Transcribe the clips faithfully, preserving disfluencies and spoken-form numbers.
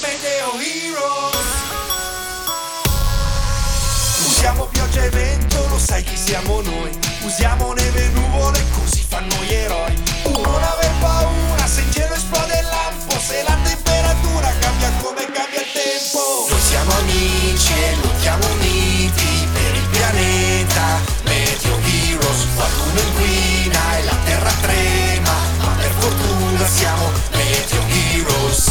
Meteo Heroes. Usiamo pioggia e vento, lo sai chi siamo noi. Usiamo neve e nuvole, così fanno gli eroi. Non aver paura se in cielo esplode il lampo, se la temperatura cambia come cambia il tempo. Noi siamo amici e lottiamo uniti per il pianeta. Meteo Heroes, qualcuno inquina e la terra trema, ma per fortuna siamo Meteo Heroes.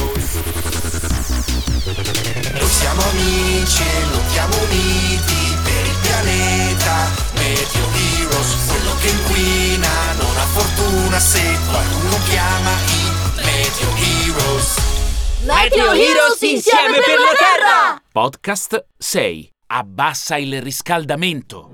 Noi siamo amici e lottiamo uniti per il pianeta. Meteo Heroes, quello che inquina non ha fortuna se qualcuno chiama i Meteo Heroes. Meteo Heroes insieme per la Terra! Podcast sei. Abbassa il riscaldamento.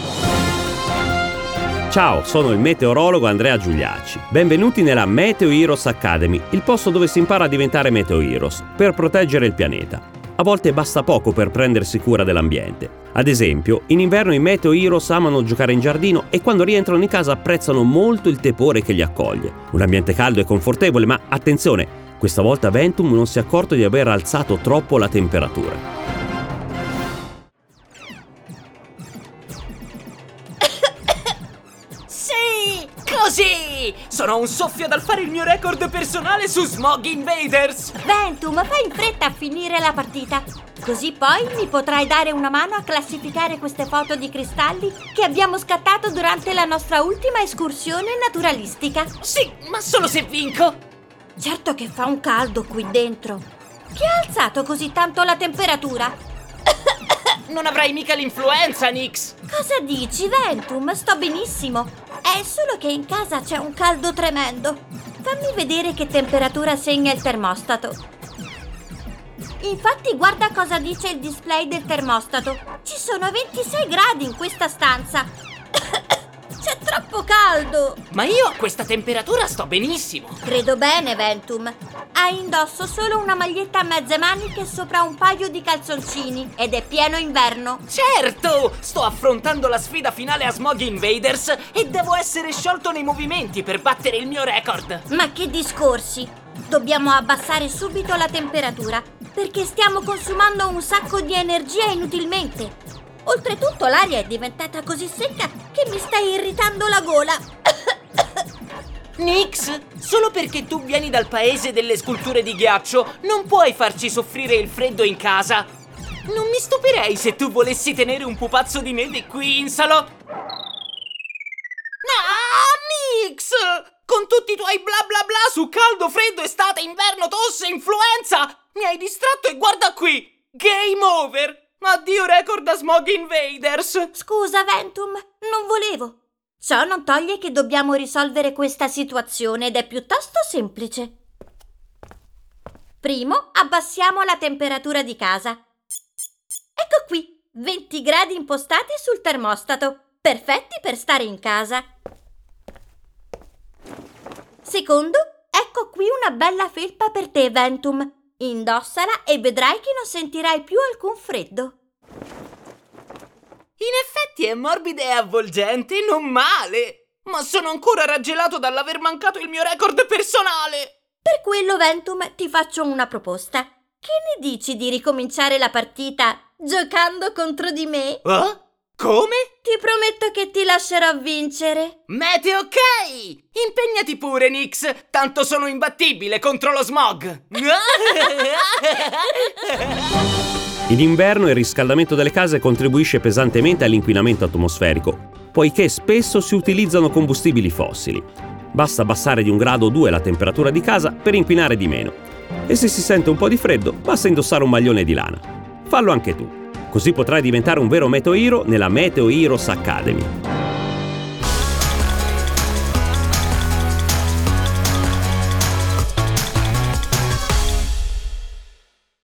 Ciao, sono il meteorologo Andrea Giuliacci. Benvenuti nella Meteo Heroes Academy, il posto dove si impara a diventare Meteo Heroes per proteggere il pianeta. A volte basta poco per prendersi cura dell'ambiente. Ad esempio, in inverno i Meteo Heroes amano giocare in giardino e quando rientrano in casa apprezzano molto il tepore che li accoglie. Un ambiente caldo e confortevole, ma attenzione, questa volta Ventum non si è accorto di aver alzato troppo la temperatura. Così! Sono a un soffio dal fare il mio record personale su Smog Invaders! Ventum, fai in fretta a finire la partita. Così poi mi potrai dare una mano a classificare queste foto di cristalli che abbiamo scattato durante la nostra ultima escursione naturalistica. Sì, ma solo se vinco! Certo che fa un caldo qui dentro. Chi ha alzato così tanto la temperatura? Non avrai mica l'influenza, Nix! Cosa dici, Ventum? Sto benissimo. È solo che in casa c'è un caldo tremendo. Fammi vedere che temperatura segna il termostato. Infatti guarda cosa dice il display del termostato. Ci sono ventisei gradi in questa stanza. C'è troppo caldo. Ma io a questa temperatura sto benissimo. Credo bene, Ventum. Hai indosso solo una maglietta a mezze maniche sopra un paio di calzoncini ed è pieno inverno. Certo! Sto affrontando la sfida finale a Smog Invaders e devo essere sciolto nei movimenti per battere il mio record. Ma che discorsi! Dobbiamo abbassare subito la temperatura perché stiamo consumando un sacco di energia inutilmente. Oltretutto l'aria è diventata così secca che mi sta irritando la gola. Nix, solo perché tu vieni dal paese delle sculture di ghiaccio non puoi farci soffrire il freddo in casa. Non mi stupirei se tu volessi tenere un pupazzo di neve qui in salotto. Ah, Nix! Con tutti i tuoi bla bla bla su caldo, freddo, estate, inverno, tosse, influenza! Mi hai distratto e guarda qui! Game over! Addio record a Smog Invaders! Scusa, Ventum, non volevo. Ciò non toglie che dobbiamo risolvere questa situazione ed è piuttosto semplice. Primo, abbassiamo la temperatura di casa. Ecco qui, venti gradi impostati sul termostato, perfetti per stare in casa. Secondo, ecco qui una bella felpa per te, Ventum. Indossala e vedrai che non sentirai più alcun freddo. In effetti è morbida e avvolgente, non male! Ma sono ancora raggelato dall'aver mancato il mio record personale! Per quello, Ventum, ti faccio una proposta. Che ne dici di ricominciare la partita giocando contro di me? Eh? Come? Ti prometto che ti lascerò vincere. Mete ok! Impegnati pure, Nix! Tanto sono imbattibile contro lo smog! In inverno il riscaldamento delle case contribuisce pesantemente all'inquinamento atmosferico, poiché spesso si utilizzano combustibili fossili. Basta abbassare di un grado o due la temperatura di casa per inquinare di meno. E se si sente un po' di freddo, basta indossare un maglione di lana. Fallo anche tu. Così potrai diventare un vero Meteo Hero nella Meteo Heroes Academy.